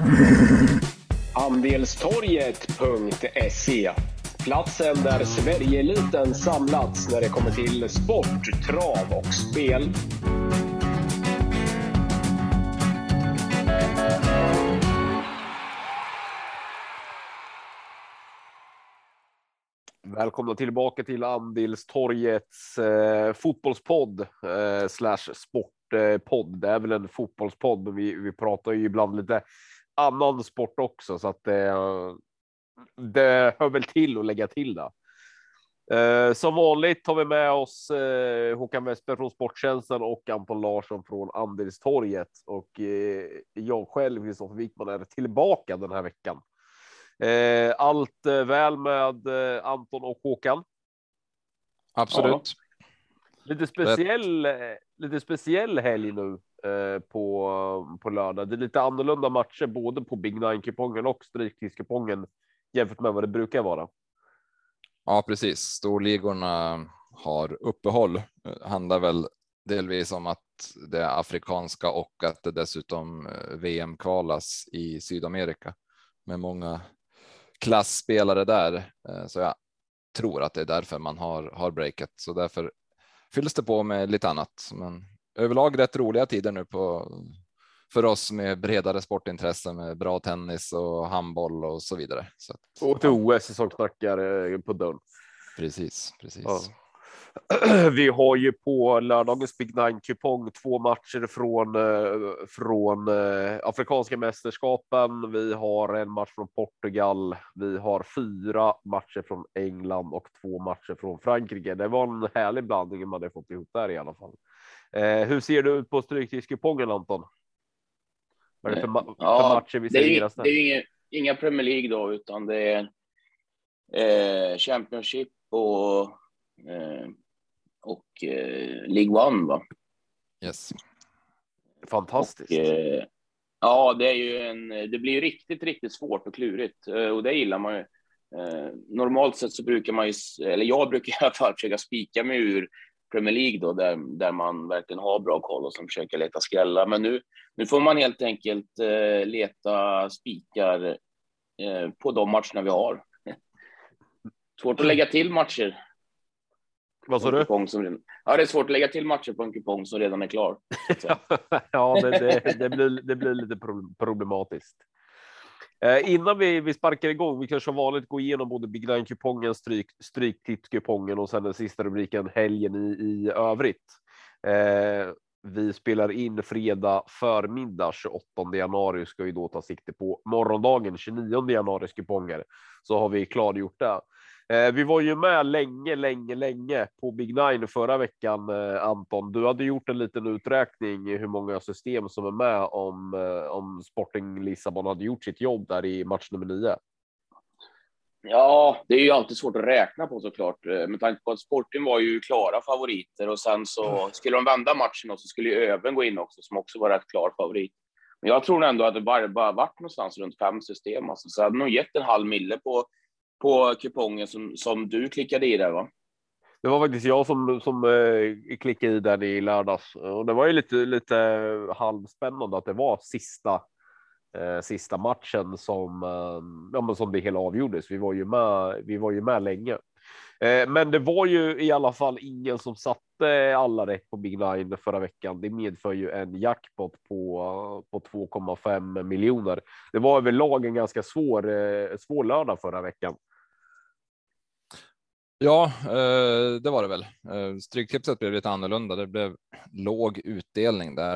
Andelstorget.se. Platsen där Sverigeeliten samlats när det kommer till sport, trav och spel. Välkomna tillbaka till Andelstorgets fotbollspodd slash sportpodd. Det är väl en fotbollspodd, men vi pratar ju ibland lite annan sport också, så att det hör väl till att lägga till det. Som vanligt har vi med oss Håkan Westberg från Sporttjänsten och Anton Larsson från Andelstorget. Och jag själv, Kristoffer Wickman, är tillbaka den här veckan. Allt väl med Anton och Håkan? Absolut. Ja. Lite speciell helg nu på lördag. Det är lite annorlunda matcher både på Big Nine-kupongen och Stryktipskupongen jämfört med vad det brukar vara. Ja, precis. Storligorna har uppehåll. Handlar väl delvis om att det är afrikanska och att det dessutom VM kvalas i Sydamerika med många klassspelare där. Så jag tror att det är därför man har breakat. Så därför fylls det på med lite annat. Men överlag rätt roliga tider nu för oss med bredare sportintressen med bra tennis och handboll och så vidare. Så att, och till OS som knackar på dörren. Precis. Ja. Vi har ju på lördagens Big Nine-kupong 2 matcher från afrikanska mästerskapen. Vi har en match från Portugal. Vi har 4 matcher från England och 2 matcher från Frankrike. Det var en härlig blandning man hade fått ihop där i alla fall. Hur ser det ut på Stryktipskupongen, Anton? Vad är det för matcher vi serveras där? Det är inga Premier League då, utan det är Championship och League One, va? Yes. Fantastiskt. Och, ja, det är ju det blir ju riktigt svårt och klurigt, och det gillar man ju. Normalt sett så brukar man ju, eller jag brukar i alla fall försöka spika mig ur Premier League då, där man verkligen har bra koll och som försöker leta skrällar. Men nu får man helt enkelt leta spikar på de matcherna vi har. Svårt att lägga till matcher. Vad sa du? Ja, det är svårt att lägga till matcher på en kupong som redan är klar. Ja, det blir lite problematiskt. Innan vi sparkar igång, vi kanske vanligt gå igenom både Big Nine-kupongen, Stryktipskupongen och sen den sista rubriken helgen i övrigt. Vi spelar in fredag förmiddag 28 januari, ska vi då ta sikte på morgondagen 29 januari kuponger. Så har vi klargjort det. Vi var ju med länge på Big Nine förra veckan, Anton. Du hade gjort en liten uträkning hur många system som är med om Sporting Lissabon hade gjort sitt jobb där i match nummer 9. Ja, det är ju alltid svårt att räkna på såklart. Med tanke på att Sporting var ju klara favoriter och sen så skulle de vända matchen och så skulle ju Öven gå in också som också var rätt klar favorit. Men jag tror ändå att det bara varit någonstans runt 5 system. Alltså, så hade nog gett en halv mille på kupongen som du klickade i där, va? Det var faktiskt jag som klickade i den i lördags. Och det var ju lite halvspännande att det var sista matchen som det hela avgjordes. Vi var ju med länge. Men det var ju i alla fall ingen som satte alla rätt på Big Nine förra veckan. Det medför ju en jackpot på 2,5 miljoner. Det var överlag en ganska svår lördag förra veckan. Ja, det var det väl. Stryktipset blev lite annorlunda. Det blev låg utdelning där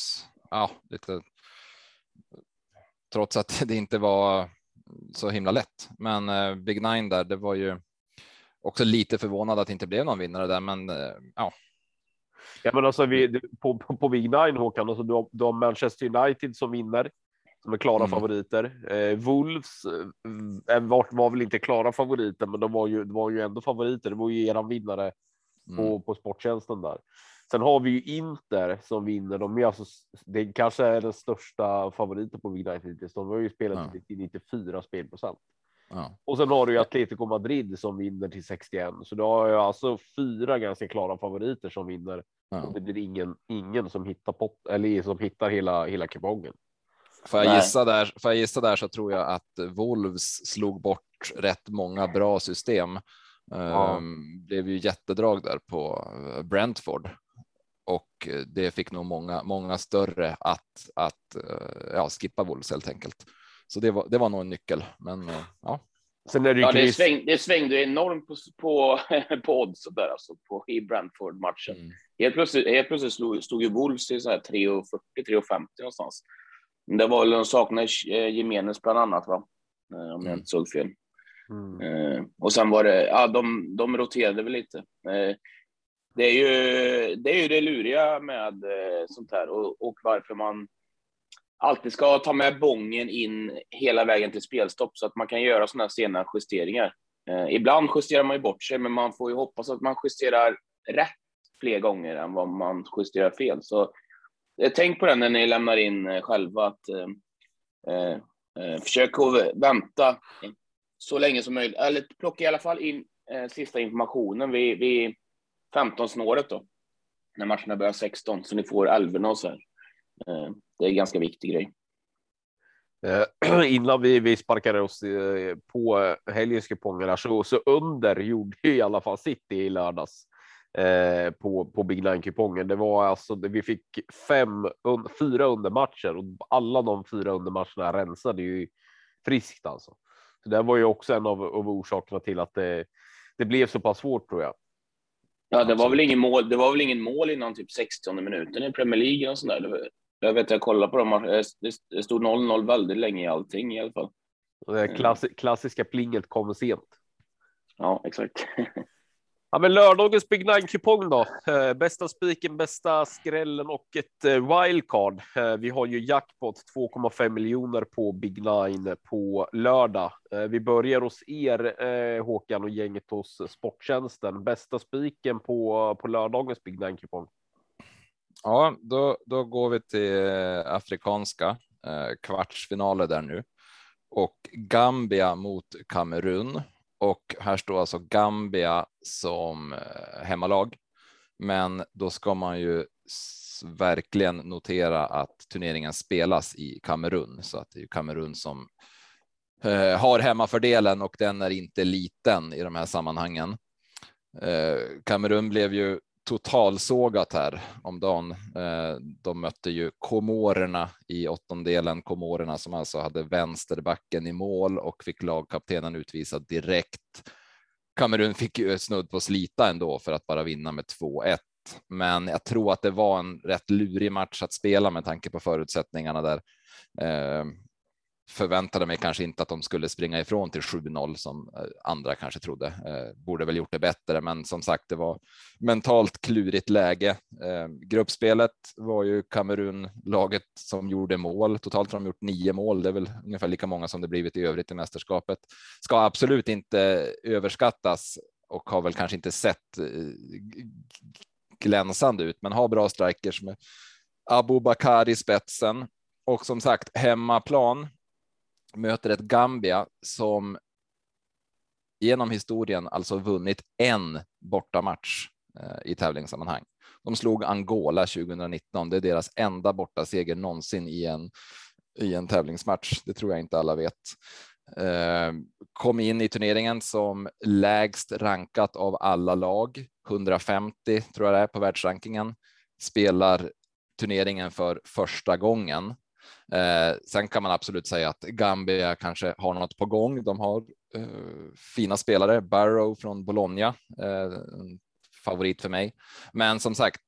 trots att det inte var så himla lätt. Men Big Nine där, det var ju också lite förvånad att det inte blev någon vinnare där, men ja. Ja, men alltså på Big Nine, Håkan, alltså du har Manchester United som vinner, som är klara favoriter. Wolves var väl inte klara favoriter, men de var ju ändå favoriter. Det var ju eran vinnare på Sporttjänsten där. Sen har vi ju Inter som vinner. Det kanske är den största favoriten på Big Nine hittills. De har ju spelat till 94 spelprocent. Ja. Och sen har du ju Atletico Madrid som vinner till 61. Så du har ju alltså 4 ganska klara favoriter som vinner. Ja. Och det blir ingen som hittar som hittar hela kupongen. Får jag gissa där så tror jag att Wolves slog bort rätt många bra system. Blev ju jättedrag där på Brentford. Och det fick nog många större att skippa Wolves helt enkelt. Så det var nog en nyckel. Men ja. Sen är det svängde enormt på odds där, alltså i Brentford-matchen. Helt plötsligt stod ju Wolves i så här 3,40-3,50 någonstans. Men det var väl de saknade Jimenez bland annat, va? Om jag inte såg fel. Och sen var det, de roterade väl lite. Det är ju det luriga med sånt här och varför man alltid ska ta med bången in hela vägen till spelstopp så att man kan göra sådana här sena justeringar. Ibland justerar man ju bort sig, men man får ju hoppas att man justerar rätt fler gånger än vad man justerar fel. Så tänk på det när ni lämnar in själva, att försök att vänta så länge som möjligt, eller plocka i alla fall in sista informationen vid 15-snåret då, när matcherna börjar 16, så ni får 11 och så här. Det är en ganska viktig grej. Innan vi sparkade oss på helgens kuponger så under gjorde i alla fall City i lördags på Big Nine-kupongen. Det var alltså, vi fick 4 undermatcher och alla de 4 undermatcherna rensade ju friskt alltså. Så det var ju också en av orsakerna till att det blev så pass svårt, tror jag. Ja, det var väl ingen mål innan typ 60:e minuten i Premier League och sånt där. Jag vet, jag kollade på dem. Det stod 0-0 väldigt länge i allting i alla fall. Det klassiska plinget kom sent. Ja, exakt. Ja, men lördagens Big Nine-kupong då. Bästa spiken, bästa skrällen och ett wildcard. Vi har ju jackpot 2,5 miljoner på Big Nine på lördag. Vi börjar hos er, Håkan och gänget hos Sporttjänsten. Bästa spiken på lördagens Big Nine-kupong. Ja, då går vi till afrikanska kvartsfinaler där nu. Och Gambia mot Kamerun. Och här står alltså Gambia som hemmalag. Men då ska man ju verkligen notera att turneringen spelas i Kamerun. Så att det är Kamerun som har hemmafördelen, och den är inte liten i de här sammanhangen. Kamerun blev ju totalsågat här om dagen. De mötte ju Komorerna i åttondelen. Komorerna som alltså hade vänsterbacken i mål och fick lagkaptenen utvisad direkt. Kamerun fick ju snudd på slita ändå för att bara vinna med 2-1. Men jag tror att det var en rätt lurig match att spela med tanke på förutsättningarna där. Förväntade mig kanske inte att de skulle springa ifrån till 7-0 som andra kanske trodde. Borde väl gjort det bättre, men som sagt, det var mentalt klurigt läge. Gruppspelet var ju Kamerun-laget som gjorde mål. Totalt har de gjort 9 mål. Det är väl ungefär lika många som det blivit i övrigt i mästerskapet. Ska absolut inte överskattas och har väl kanske inte sett glänsande ut, men har bra strikers med Abubakar i spetsen. Och som sagt, hemmaplan möter ett Gambia som genom historien alltså vunnit en bortamatch i tävlingssammanhang. De slog Angola 2019. Det är deras enda bortaseger någonsin i en tävlingsmatch. Det tror jag inte alla vet. Kom in i turneringen som lägst rankat av alla lag. 150 tror jag det är på världsrankingen. Spelar turneringen för första gången. Sen kan man absolut säga att Gambia kanske har något på gång. De har fina spelare. Barrow från Bologna, en favorit för mig. Men som sagt,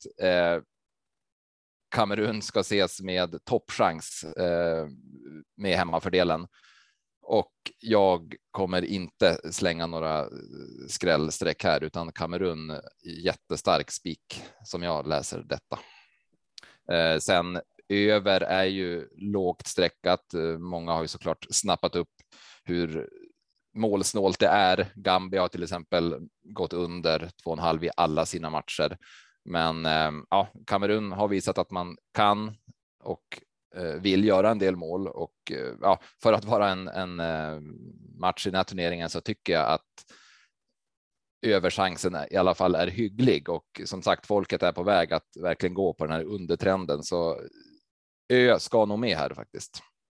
Kamerun ska ses med toppchans med hemmafördelen. Och jag kommer inte slänga några skrällsträck här, utan Kamerun jättestark spik som jag läser detta. Sen över är ju lågt sträckat. Många har ju såklart snappat upp hur målsnålt det är. Gambia har till exempel gått under 2,5 i alla sina matcher. Men ja, Kamerun har visat att man kan och vill göra en del mål. Och ja, för att vara en match i den här turneringen så tycker jag att överchansen i alla fall är hygglig. Och som sagt, folket är på väg att verkligen gå på den här undertrenden. Så Ö ska nog med här faktiskt.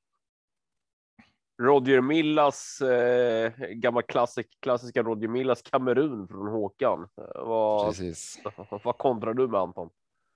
Roger Millas gamla klassiska Roger Millas Kamerun från Håkan. Precis. Vad kontrar du med, Anton?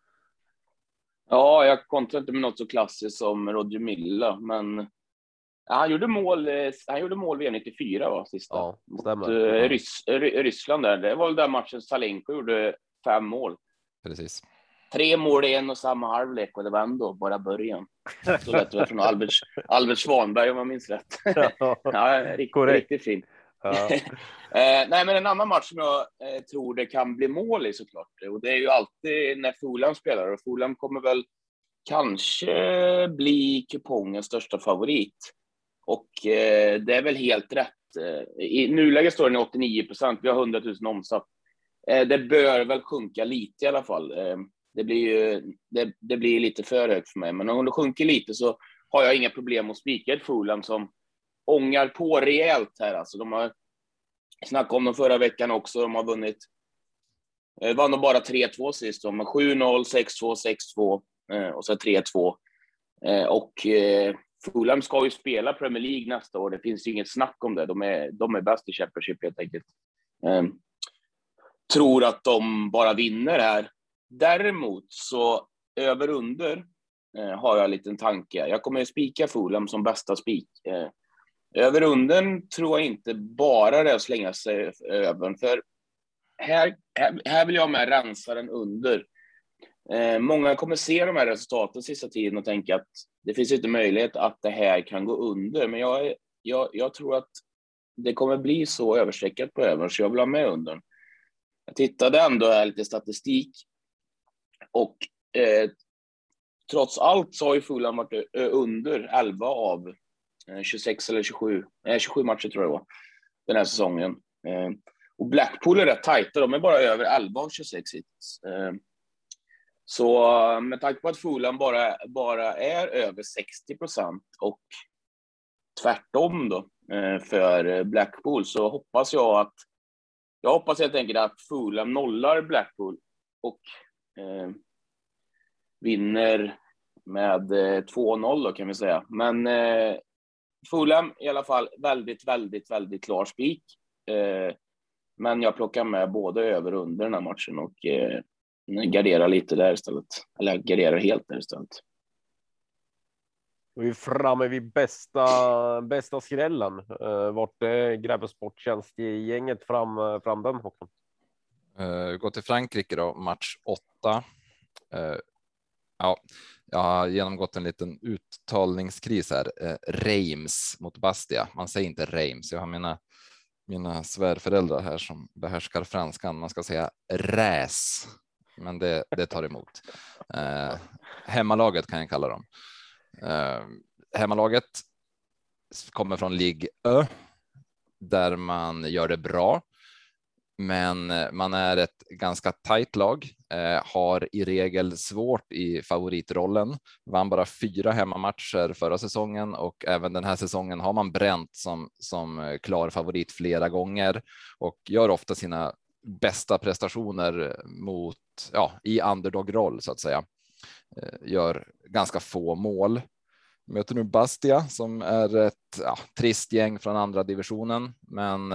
Ja, jag kontrar inte med något så klassiskt som Roger Milla, men han gjorde mål VM 94 va, sista. Ja, stämmer. Mot Ryssland där. Det var väl där matchen Salenko gjorde 5 mål. Precis. 3 mål i en och samma halvlek, och det var ändå bara början. Så lät det från Albert Svanberg om man minns rätt. Ja, riktigt fint. Ja. Nej, men en annan match som jag tror det kan bli mål i såklart. Och det är ju alltid när Fulham spelar. Och Fulham kommer väl kanske bli kupongens största favorit. Och det är väl helt rätt. I nuläget står den 89%. Vi har 100 000 omsatt. Det bör väl sjunka lite i alla fall. Det blir lite för högt för mig. Men om det sjunker lite så har jag inga problem att spika ett Fulham som ångar på rejält här. Alltså, de har snackat om dem förra veckan också. De har vunnit. Vann de bara 3-2 sist. De har 7-0, 6-2, 6-2 och så 3-2. Och Fulham ska ju spela Premier League nästa år. Det finns ju inget snack om det. De är bäst i Championship helt enkelt. Tror att de bara vinner här. Däremot så över under har jag en liten tanke. Jag kommer att spika Fulham som bästa spik. Över under tror jag inte bara det att slänga sig över. För här vill jag med rensa den under. Många kommer se de här resultaten sista tiden och tänka att det finns inte möjlighet att det här kan gå under. Men jag tror att det kommer bli så överstreckat på över, så jag vill ha med under. Jag tittade ändå här lite statistik. Och trots allt så har ju Fulham varit under 11 av 26 eller 27 matcher tror jag det var den här säsongen. Och Blackpool är rätt tajta, de är bara över 11 av 26 hittills. Så med tanke på att Fulham bara är över 60% och tvärtom då för Blackpool, så hoppas jag helt enkelt att Fulham nollar Blackpool och vinner med 2-0 då kan vi säga. Men Fulham i alla fall väldigt, väldigt, väldigt klar spik. Men jag plockar med både över och under den här matchen och garderar lite där istället. Eller garderar helt där istället. Vi är framme vid bästa skrällen. Vart är Grabbe Sporttjänst i gänget fram den, Håkan? Gå till Frankrike då, match 8. Ja, jag har genomgått en liten uttalningskris här. Reims mot Bastia. Man säger inte Reims. Jag har mina svärföräldrar här som behärskar franskan. Man ska säga Räs. Men det tar emot. Hemmalaget kan jag kalla dem. Hemmalaget kommer från Ligue Ö, där man gör det bra. Men man är ett ganska tajt lag, har i regel svårt i favoritrollen. Vann bara 4 hemmamatcher förra säsongen och även den här säsongen har man bränt som klar favorit flera gånger och gör ofta sina bästa prestationer i underdog-roll så att säga. Gör ganska få mål. Möter nu Bastia som är ett trist gäng från andra divisionen, men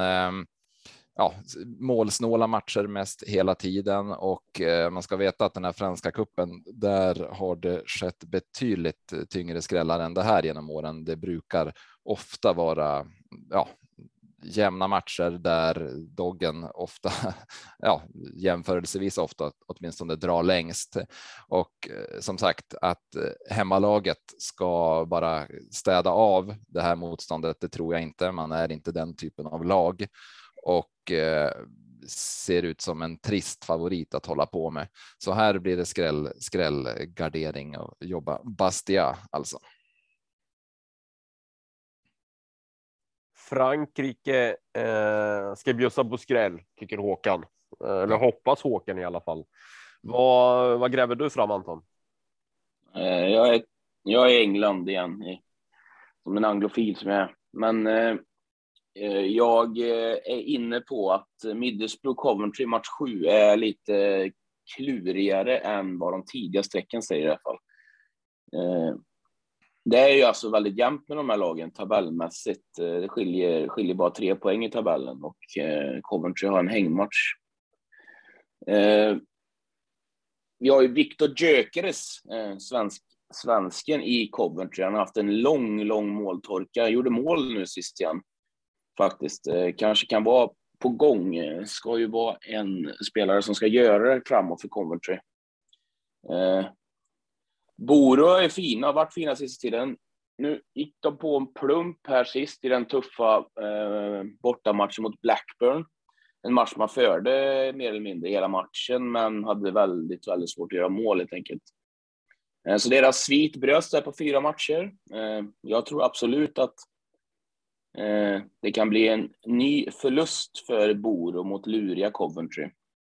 målsnåla matcher mest hela tiden och man ska veta att den här franska kuppen, där har det skett betydligt tyngre skrällar än det här genom åren. Det brukar ofta vara jämna matcher där doggen ofta, jämförelsevis ofta åtminstone drar längst. Och som sagt, att hemmalaget ska bara städa av det här motståndet, det tror jag inte. Man är inte den typen av lag och ser ut som en trist favorit att hålla på med. Så här blir det skrällgardering och jobba Bastia alltså. Frankrike ska bjussa på skräll, tycker Håkan. Eller hoppas Håkan i alla fall. Vad gräver du fram, Anton? Jag är i England igen, som en anglofil som jag är. Men jag är inne på att Middlesbrough Coventry match 7 är lite klurigare än vad de tidiga strecken säger i alla fall. Det är ju alltså väldigt jämnt med de här lagen tabellmässigt. Det skiljer bara 3 poäng i tabellen och Coventry har en hängmatch. Vi har ju Viktor Gyökeres, svensken i Coventry. Han har haft en lång måltorka. Gjorde mål nu sist igen, faktiskt. Kanske kan vara på gång. Ska ju vara en spelare som ska göra det framåt för Coventry. Boro är fina, har varit fina sista tiden. Nu gick de på en plump här sist i den tuffa bortamatchen mot Blackburn. En match man förde mer eller mindre hela matchen, men hade väldigt svårt att göra mål helt enkelt. Så deras svit bröts där på 4 matcher. Jag tror absolut att det kan bli en ny förlust för Boro mot luriga Coventry.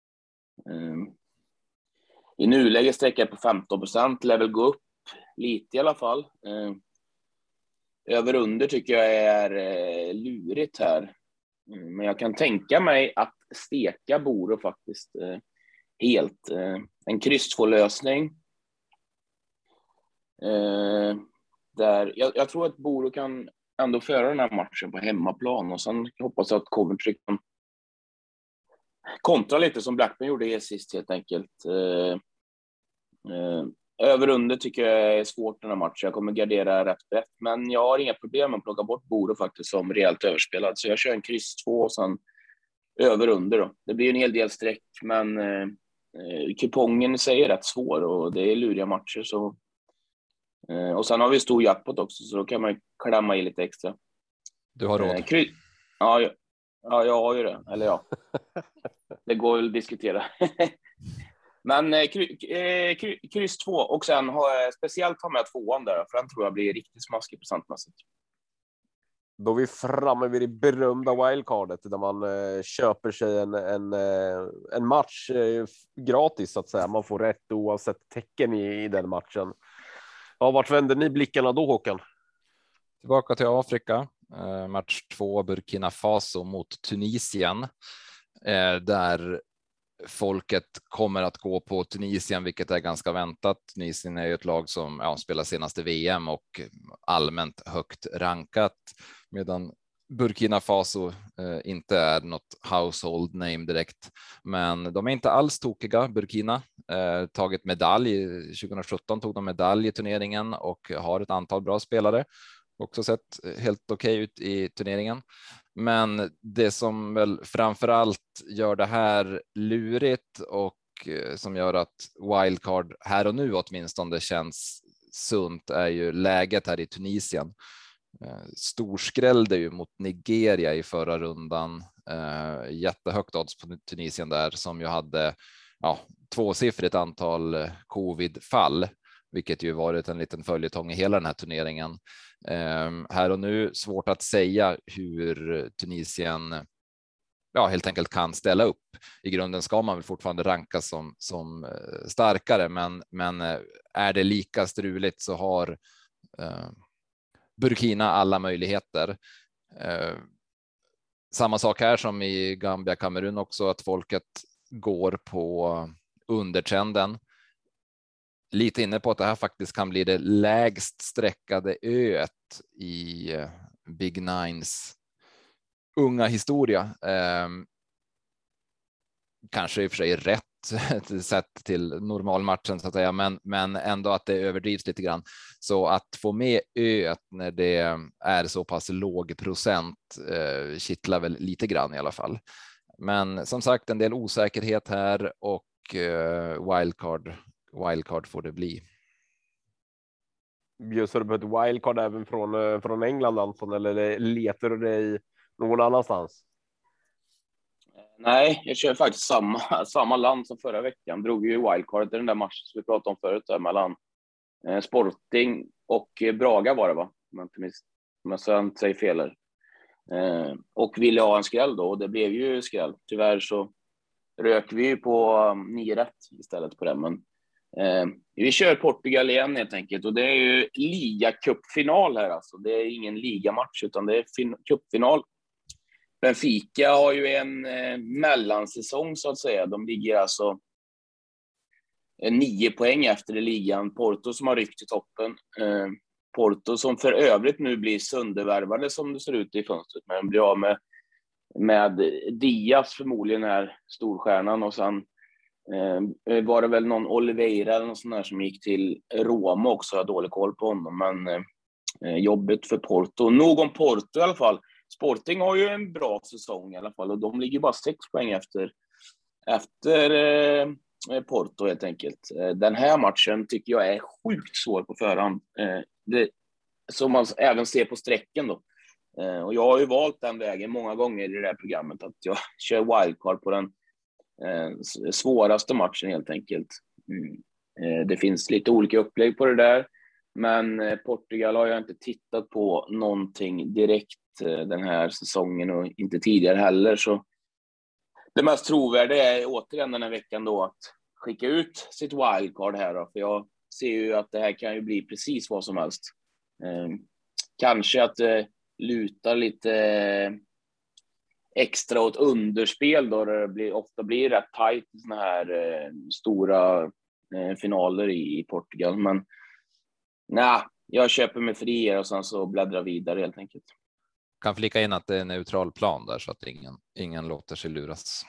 I nuläget sträcker jag på 15%, lär väl gå upp lite i alla fall. Över under tycker jag är lurigt här. Men jag kan tänka mig att steka Boro faktiskt helt. En kryss 2-lösning. Där jag tror att Boro kan ändå föra den här matchen på hemmaplan. Och sen hoppas jag att Coventry kan kontra lite som Blackburn gjorde sist helt enkelt. Över under tycker jag är svårt den här matchen. Jag kommer gardera rätt brett. Men jag har inga problem med att plocka bort Boro faktiskt som rejält överspelad. Så jag kör en kryss 2 och sen över under då. Det blir en hel del streck, men kupongen i sig är rätt svår och det är luriga matcher. Så, och sen har vi stor jackpot också, så då kan man klämma i lite extra. Du har råd. Ja, jag har ju det. Eller ja. Det går väl att diskutera. Men kryss 2 och sen har jag speciellt med 2:an där, för den tror jag blir riktigt smaskig procentmässigt. Då är vi framme vid det berömda wildcardet där man köper sig en match gratis så att säga. Man får rätt oavsett tecken i den matchen. Ja, vart vänder ni blickarna då, Håkan? Tillbaka till Afrika. Match 2, Burkina Faso mot Tunisien. Där folket kommer att gå på Tunisien, vilket är ganska väntat. Tunisien är ju ett lag som spelar senaste VM och allmänt högt rankat, medan Burkina Faso inte är något household name direkt. Men de är inte alls tokiga. Burkina tagit medalj 2017, tog de medalj i turneringen och har ett antal bra spelare. Också sett helt okej ut i turneringen. Men det som väl framförallt gör det här lurigt och som gör att wildcard här och nu åtminstone känns sunt är ju läget här i Tunisien. Storskrällde ju mot Nigeria i förra rundan. Jättehögt odds på Tunisien där, som ju hade tvåsiffrigt antal covid-fall, vilket ju varit en liten följetong i hela den här turneringen. Här och nu svårt att säga hur Tunisien helt enkelt kan ställa upp. I grunden ska man väl fortfarande rankas som starkare, men är det lika struligt så har Burkina alla möjligheter. Samma sak här som i Gambia, Kamerun också, att folket går på undertrenden. Lite inne på att det här faktiskt kan bli det lägst sträckade öet i Big Nines unga historia. Kanske i och för sig rätt sett till normalmatchen så att säga, men ändå att det överdrivs lite grann. Så att få med öet när det är så pass låg procent kittlar väl lite grann i alla fall. Men som sagt, en del osäkerhet här och wildcard får det bli. Bjussar du på ett wildcard även från England, Anton, eller letar du dig någon annanstans? Nej, jag kör faktiskt samma land som förra veckan. Drog ju wildcard i den där matchen som vi pratade om förut där, mellan Sporting och Braga var det, va? Men sen säger fel. Och ville ha en skräll då, och det blev ju skräll. Tyvärr så rök vi ju på 9 rätt istället på det, men vi kör Portugal igen helt enkelt, och det är ju ligacupfinal här alltså. Det är ingen ligamatch utan det är cupfinal. Benfica har ju en mellansäsong så att säga. De ligger alltså 9 poäng efter i ligan. Porto som har ryckt i toppen Porto som för övrigt nu blir söndervärvade som det ser ut i fönstret. Men blir av med Diaz förmodligen här, storstjärnan, och sen var det väl någon Oliveira eller någon sån där som gick till Roma också. Jag har dålig koll på honom, men jobbigt för Porto. Nog om Porto i alla fall. Sporting har ju en bra säsong i alla fall, och de ligger bara 6 poäng efter Porto helt enkelt. Den här matchen tycker jag är sjukt svår på förhand. Som man även ser på sträcken då. Och jag har ju valt den vägen många gånger i det här programmet, att jag kör wildcard på den svåraste matchen helt enkelt. Det finns lite olika upplägg på det där, men Portugal har jag inte tittat på någonting direkt den här säsongen och inte tidigare heller, så det mest trovärdiga är återigen den här veckan då att skicka ut sitt wildcard här då, för jag ser ju att det här kan ju bli precis vad som helst. Kanske att det lutar lite extra åt underspel då, det ofta blir rätt tajt i såna här stora finaler i Portugal, men nej, jag köper mig fri och sen så bläddrar vidare helt enkelt. Kan flika in att det är en neutral plan där så att ingen låter sig luras.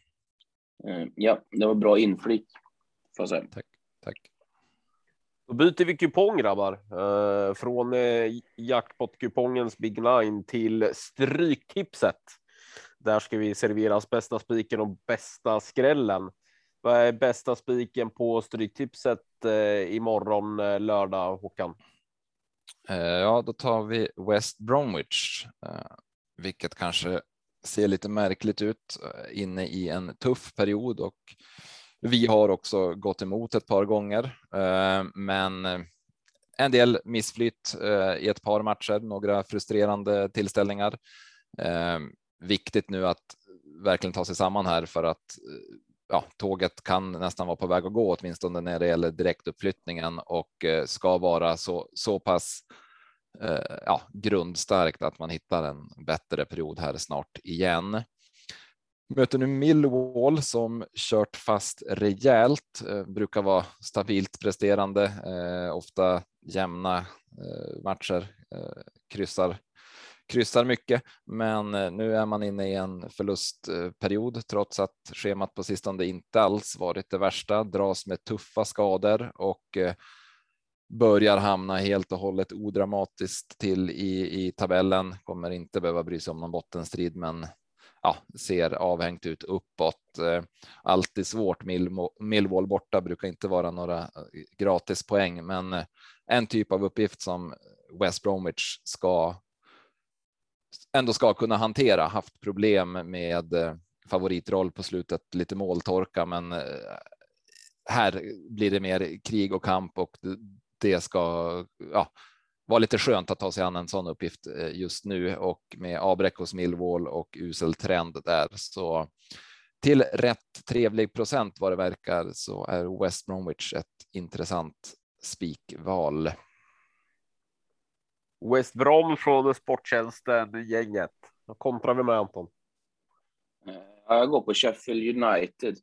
Ja, det var bra inflik. Får jag säga. Tack. Då byter vi kupong, grabbar. Från jackpot-kupongens Big Nine till stryktipset. Där ska vi serveras bästa spiken och bästa skrällen. Vad är bästa spiken på stryktipset imorgon lördag, Håkan? Ja, då tar vi West Bromwich, vilket kanske ser lite märkligt ut inne i en tuff period, och vi har också gått emot ett par gånger, men en del missflytt i ett par matcher, några frustrerande tillställningar. Viktigt nu att verkligen ta sig samman här, för att tåget kan nästan vara på väg att gå, åtminstone när det gäller direktuppflyttningen, och ska vara så pass grundstarkt att man hittar en bättre period här snart igen. Möter nu Millwall som kört fast rejält, brukar vara stabilt presterande, ofta jämna matcher, kryssar mycket, men nu är man inne i en förlustperiod trots att schemat på sistone inte alls varit det värsta, dras med tuffa skador och börjar hamna helt och hållet odramatiskt till i tabellen. Kommer inte behöva bry sig om någon bottenstrid, men ser avhängt ut uppåt. Alltid svårt. Millwall borta brukar inte vara några gratis poäng, men en typ av uppgift som West Bromwich ska kunna hantera. Haft problem med favoritroll på slutet, lite måltorka, men här blir det mer krig och kamp, och det ska vara lite skönt att ta sig an en sån uppgift just nu, och med avbräck hos Millwall och usel trend där, så till rätt trevlig procent vad det verkar så är West Bromwich ett intressant spikval. West Brom från Sporttjänsten gänget. Vad kontrar vi med, Anton? Jag går på Sheffield United.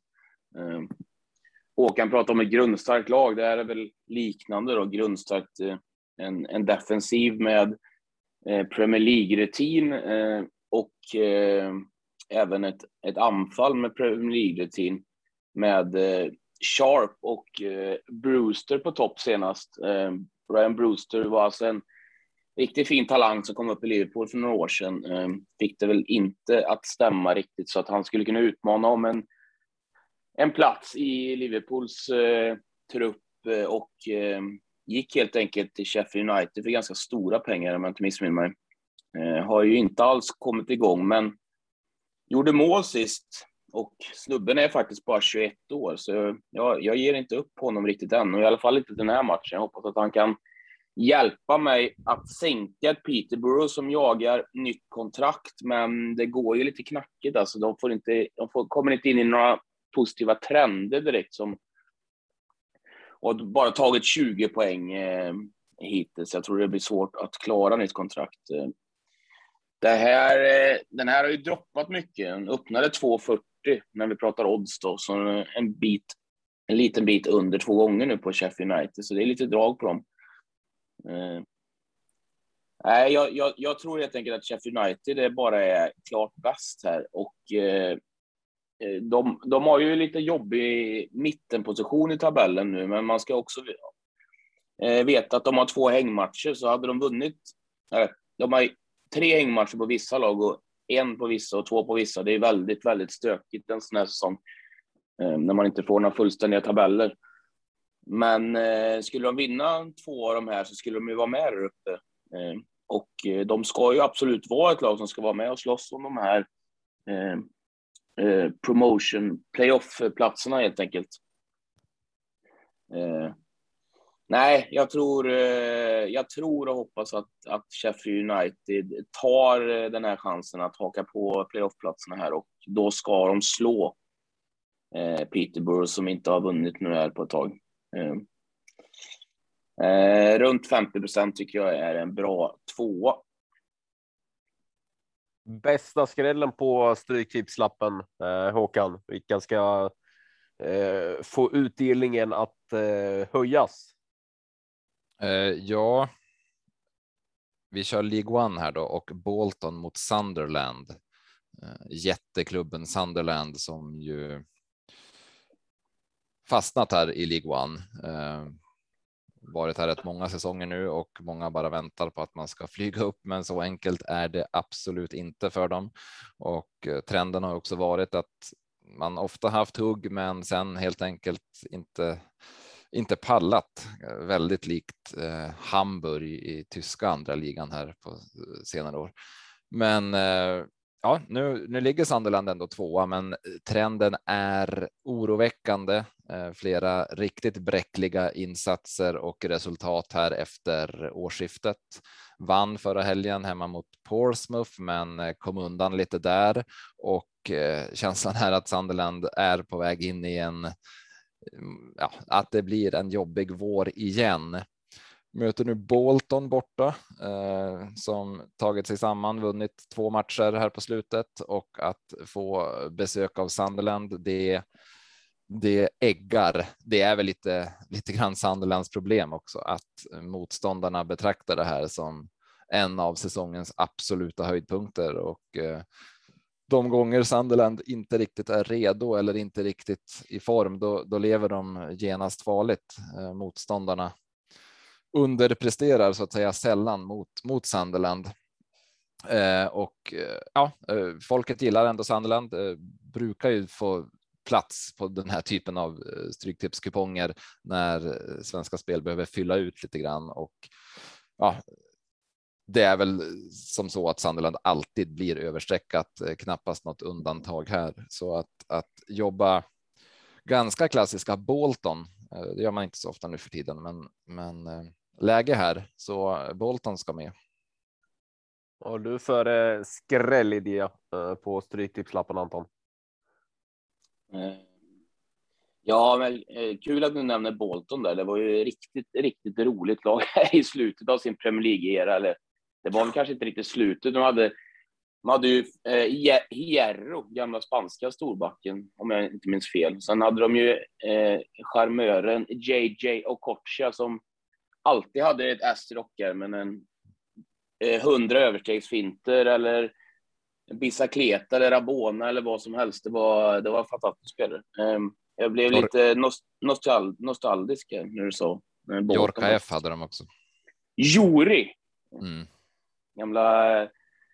Håkan pratar om ett grundstarkt lag. Det är väl liknande då, grundstarkt, en defensiv med Premier League-rutin och även ett anfall med Premier League-rutin med Sharp och Brewster på topp senast. Ryan Brewster var alltså en riktigt fin talang som kom upp i Liverpool för några år sedan. Fick det väl inte att stämma riktigt så att han skulle kunna utmana om en plats i Liverpools trupp, och gick helt enkelt till Sheffield United för ganska stora pengar om jag inte missminner mig. Har ju inte alls kommit igång, men gjorde mål sist, och snubben är faktiskt bara 21 år, så jag ger inte upp på honom riktigt än, och i alla fall inte den här matchen. Jag hoppas att han kan hjälpa mig att sänka ett Peterborough som jagar nytt kontrakt, men det går ju lite knackigt. Alltså, de kommer inte in i några positiva trender direkt, och bara tagit 20 poäng hittills. Jag tror det blir svårt att klara nytt kontrakt. Den här har ju droppat mycket. Den öppnade 2,40 när vi pratar odds då, så en liten bit under 2 gånger nu på Sheffield United, så det är lite drag på dem. Nej, jag tror helt enkelt att Sheffield United är bara klart bäst här. Och de har ju lite jobbig mittenposition i tabellen nu, men man ska också veta att de har 2 hängmatcher, så hade de vunnit. De har 3 hängmatcher på vissa lag och 1 på vissa och 2 på vissa. Det är väldigt, väldigt stökigt en sån här säsong när man inte får några fullständiga tabeller. Men skulle de vinna 2 av de här så skulle de ju vara med där uppe. Och de ska ju absolut vara ett lag som ska vara med och slåss om de här promotion playoff-platserna helt enkelt. Nej, jag tror och hoppas att Sheffield United tar den här chansen att haka på playoff-platserna här, och då ska de slå Peterborough som inte har vunnit nu här på ett tag. Runt 50% tycker jag är en bra 2. Bästa skrällen på stryktipslappen, Håkan. Vilka ska få utdelningen att höjas? Ja, vi kör League One här då, och Bolton mot Sunderland. Jätteklubben Sunderland som ju fastnat här i League One. Varit här rätt många säsonger nu och många bara väntar på att man ska flyga upp, men så enkelt är det absolut inte för dem. Och trenden har också varit att man ofta haft hugg, men sen helt enkelt inte pallat. Väldigt likt Hamburg i tyska andra ligan här på senare år. Men ja, nu ligger Sunderland ändå 2, men trenden är oroväckande. Flera riktigt bräckliga insatser och resultat här efter årsskiftet. Vann förra helgen hemma mot Portsmouth, men kom undan lite där, och känslan är att Sunderland är på väg in i att det blir en jobbig vår igen. Möter nu Bolton borta som tagit sig samman, vunnit 2 matcher här på slutet, och att få besök av Sunderland, det äggar. Det är väl lite grann Sunderlands problem också, att motståndarna betraktar det här som en av säsongens absoluta höjdpunkter, och de gånger Sunderland inte riktigt är redo eller inte riktigt i form, då lever de genast farligt. Motståndarna underpresterar så att säga sällan mot Sunderland. Folket gillar ändå Sunderland, brukar ju få plats på den här typen av stryktipskuponger när Svenska Spel behöver fylla ut lite grann, och ja, det är väl som så att Sunderland alltid blir överstreckat, knappast något undantag här. Så att jobba ganska klassiska Bolton, det gör man inte så ofta nu för tiden, men läge här, så Bolton ska med. Och du för skrällidé på stryktipslappen, Anton? Ja, men kul att du nämner Bolton där. Det var ju riktigt roligt lag i slutet av sin Premier League-era. Eller det var väl kanske inte riktigt slutet. De hade ju Hierro, gamla spanska storbacken, om jag inte minns fel. Sen hade de ju charmören JJ Okocha som alltid hade ett S i rockärmen, 100 överstegsfinter eller Bicicleta eller Rabona eller vad som helst. Det var fantastiskt spelare. Jag blev lite nostalgisk när du sa. Yorka F hade de också. Juri. Gamla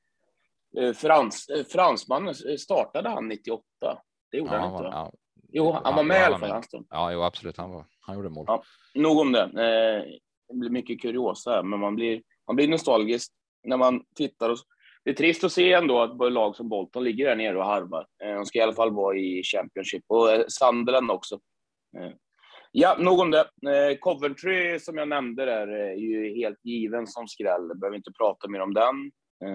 fransmannen, startade han 98? Det gjorde han inte, va? Ja. Jo, han var med i alla fall. Ja, jo, absolut. Han gjorde mål. Ja, nog om det. Det blir mycket kuriosa här, men man blir nostalgisk när man tittar. Det är trist att se ändå att lag som Bolton ligger där nere och harvar. De ska i alla fall vara i Championship, och Sunderland också. Ja, nog om det. Coventry som jag nämnde där är ju helt given som skräll. Behöver inte prata mer om den.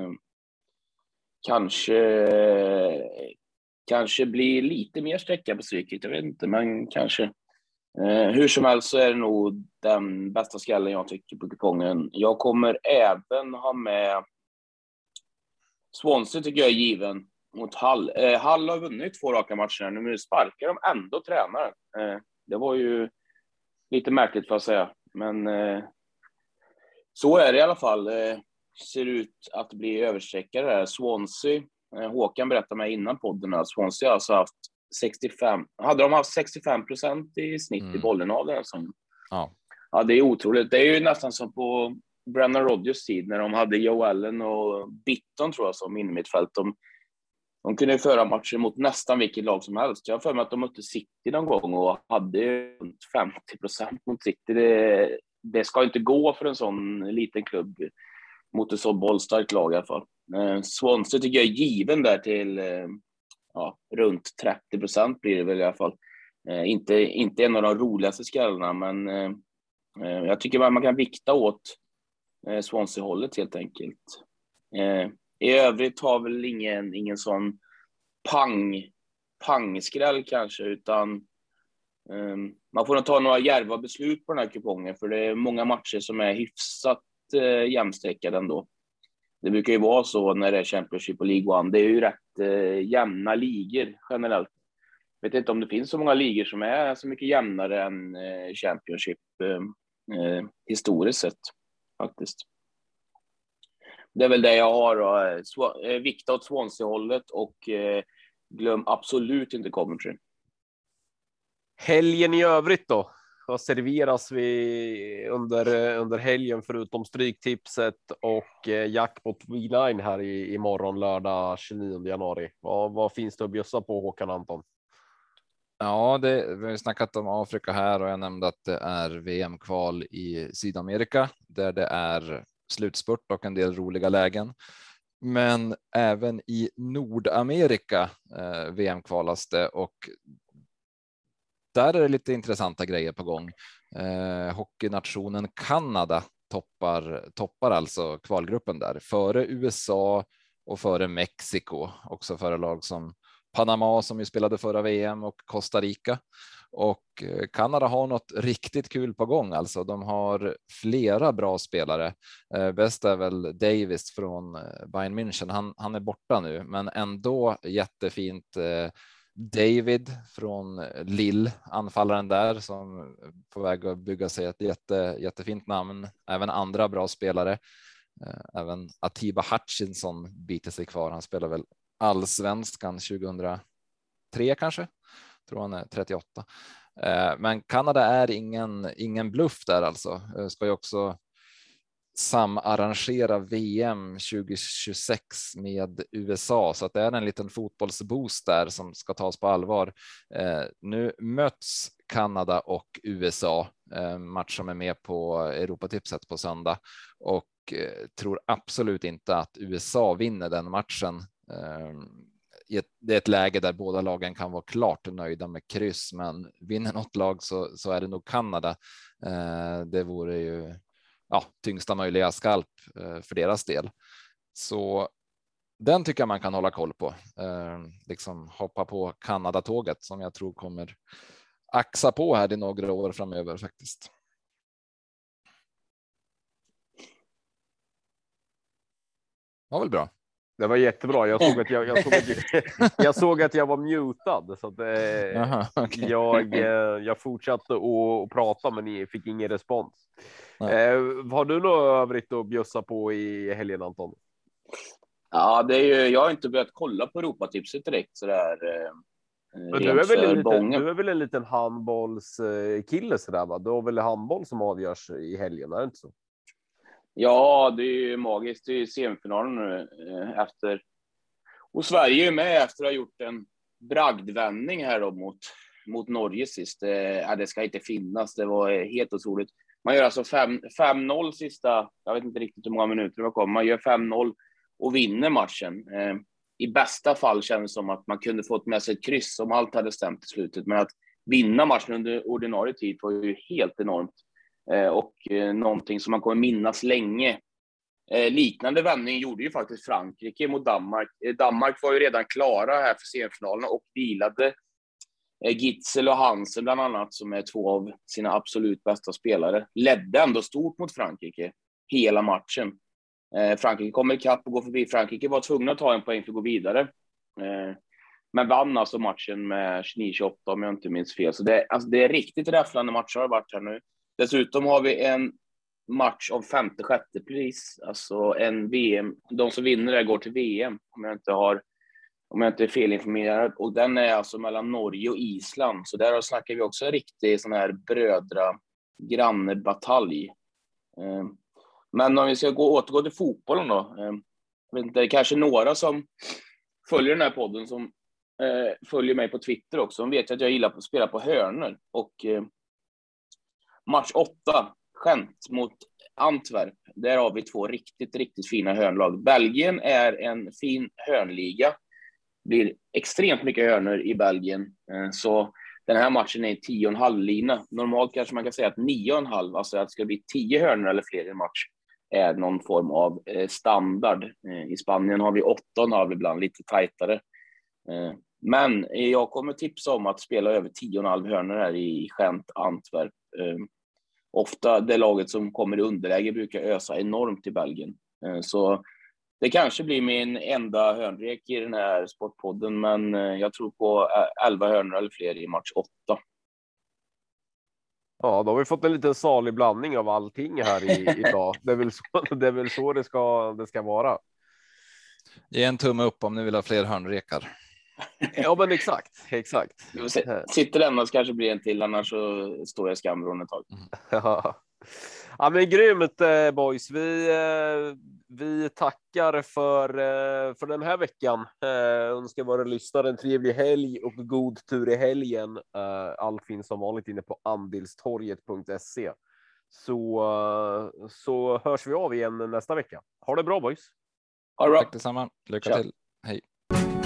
Kanske blir lite mer sträcka på stryket, jag vet inte, men kanske. Hur som helst så är det nog den bästa skallen jag tycker på kupongen. Jag kommer även ha med Swansea, tycker jag är given mot Hull. Hull har vunnit 2 raka matcher nu, men sparkar de ändå tränaren. Det var ju lite märkligt för att säga, men så är det i alla fall. ser ut att bli överstreckade där. Swansea, Håkan berättade mig innan podden att Swansea har alltså haft 65% i snitt i bollen av den säsongen. Ja, det är otroligt. Det är ju nästan som på Brennan Rodgers tid när de hade Joe Allen och Bitton tror jag som innermittfält. De kunde föra matcher mot nästan vilket lag som helst. Jag har för mig att de mötte City någon gång och hade runt 50% mot City. Det ska inte gå för en sån liten klubb mot ett så bollstarkt lag i alla fall. Swansea tycker jag är given där till runt 30% blir det väl i alla fall. Inte en av de roligaste skallarna, men jag tycker man kan vikta åt Swansea-hållet helt enkelt. I övrigt har väl ingen sån pangskräll kanske, utan man får nog ta några djärva beslut på den här kupongen, för det är många matcher som är hyfsat jämsträckade ändå. Det brukar ju vara så när det är Championship och League One. Det är ju rätt jämna ligor generellt. Jag vet inte om det finns så många ligor som är så mycket jämnare än Championship historiskt sett faktiskt. Det är väl det jag har. Vikta åt Swansea-hållet och glöm absolut inte Coventry. Helgen i övrigt då? Vad serveras vi under helgen förutom stryktipset och jackpot V9 här imorgon lördag 29 januari? Vad finns det att bjussa på, Håkan Anton? Ja, vi har snackat om Afrika här och jag nämnde att det är VM-kval i Sydamerika där det är slutspurt och en del roliga lägen. Men även i Nordamerika VM-kvalas det och där är det lite intressanta grejer på gång. Hockeynationen Kanada toppar alltså kvalgruppen där före USA och före Mexiko, också före lag som Panama som ju spelade förra VM och Costa Rica. Och Kanada har något riktigt kul på gång. Alltså de har flera bra spelare. Bäst är väl Davis från Bayern München. Han är borta nu, men ändå jättefint. David från Lille, anfallaren där som på väg att bygga sig ett jättefint namn. Även andra bra spelare. Även Atiba Hutchinson biter sig kvar. Han spelar väl allsvenskan 2003 kanske. Tror han är 38. Men Kanada är ingen bluff där alltså. Ska ju också samarrangera VM 2026 med USA, så att det är en liten fotbollsboost där som ska tas på allvar. Nu möts Kanada och USA, match som är med på Europatipset på söndag, och tror absolut inte att USA vinner den matchen. Det är ett läge där båda lagen kan vara klart nöjda med kryss, men vinner något lag så är det nog Kanada. Det vore ju tyngsta möjliga skalp för deras del. Så den tycker jag man kan hålla koll på. Liksom hoppa på Kanada-tåget som jag tror kommer axa på här i några år framöver faktiskt. Var väl bra. Det var jättebra. Jag såg att jag var mutad, så att okay. jag fortsatte att prata, men ni fick ingen respons. Har du något övrigt att bjussa på i helgen, Anton? Ja, det är ju, jag har inte börjat kolla på Europatipset direkt så där. Men du är väl en liten handbollskille så där, va? Du har väl handboll som avgörs i helgen, är det inte så? Ja, det är ju magiskt. Det är semifinalen nu efter. Och Sverige är med efter att ha gjort en bragdvändning här då mot Norge sist. Det ska inte finnas. Det var helt otroligt. Man gör alltså 5-0 sista, jag vet inte riktigt hur många minuter det kommer. Man gör 5-0 och vinner matchen. I bästa fall känns det som att man kunde fått med sig ett kryss om allt hade stämt i slutet. Men att vinna matchen under ordinarie tid var ju helt enormt. Och någonting som man kommer minnas länge. Liknande vändning gjorde ju faktiskt Frankrike mot Danmark. Danmark var ju redan klara här för semifinalen och vilade Gitzel och Hansen bland annat, som är två av sina absolut bästa spelare. Ledde ändå stort mot Frankrike hela matchen. Frankrike kommer ikapp och går förbi. Frankrike var tvungna att ta en poäng för att gå vidare. Men vann alltså matchen med 9-28 om jag inte minns fel. Så det är riktigt räfflande matcher har varit här nu. Dessutom har vi en match om 5:e pris. Alltså en VM. De som vinner där går till VM om jag inte är felinformerad. Och den är alltså mellan Norge och Island. Så där snackar vi också en riktig sån här grannebatalj. Men om vi ska återgå till fotbollen då. Jag vet inte, det är kanske några som följer den här podden som följer mig på Twitter också. De vet att jag gillar att spela på hörnor. Och match 8, Gent mot Antwerp. Där har vi 2 riktigt fina hörnlag. Belgien är en fin hörnliga. Det blir extremt mycket hörnor i Belgien. Så den här matchen är 10,5 lina. Normalt kanske man kan säga att 9,5, alltså att det ska bli 10 hörnor eller fler i en match, är någon form av standard. I Spanien har vi 8,5 ibland, lite tajtare. Men jag kommer tipsa om att spela över 10,5 hörnor här i Gent, Antwerp. Ofta det laget som kommer i underläge brukar ösa enormt i Belgien. Så det kanske blir min enda hörnrek i den här sportpodden, men jag tror på 11 hörnor eller fler i match 8. Ja, då har vi fått en liten salig blandning av allting här idag. Det är väl så det ska vara. Ge en tumme upp om ni vill ha fler hörnrekar. Ja, men exakt. Sitter den och kanske blir en till, annars så står jag i skamvrån ett tag. Ja, men grymt boys. Vi tackar för den här veckan. Önskar våra lyssnare en trevlig helg och god tur i helgen. Allt finns som vanligt inne på andelstorget.se. Så hörs vi av igen nästa vecka. Ha det bra boys. Ha det bra. Tack detsamma. Lycka till. Hej.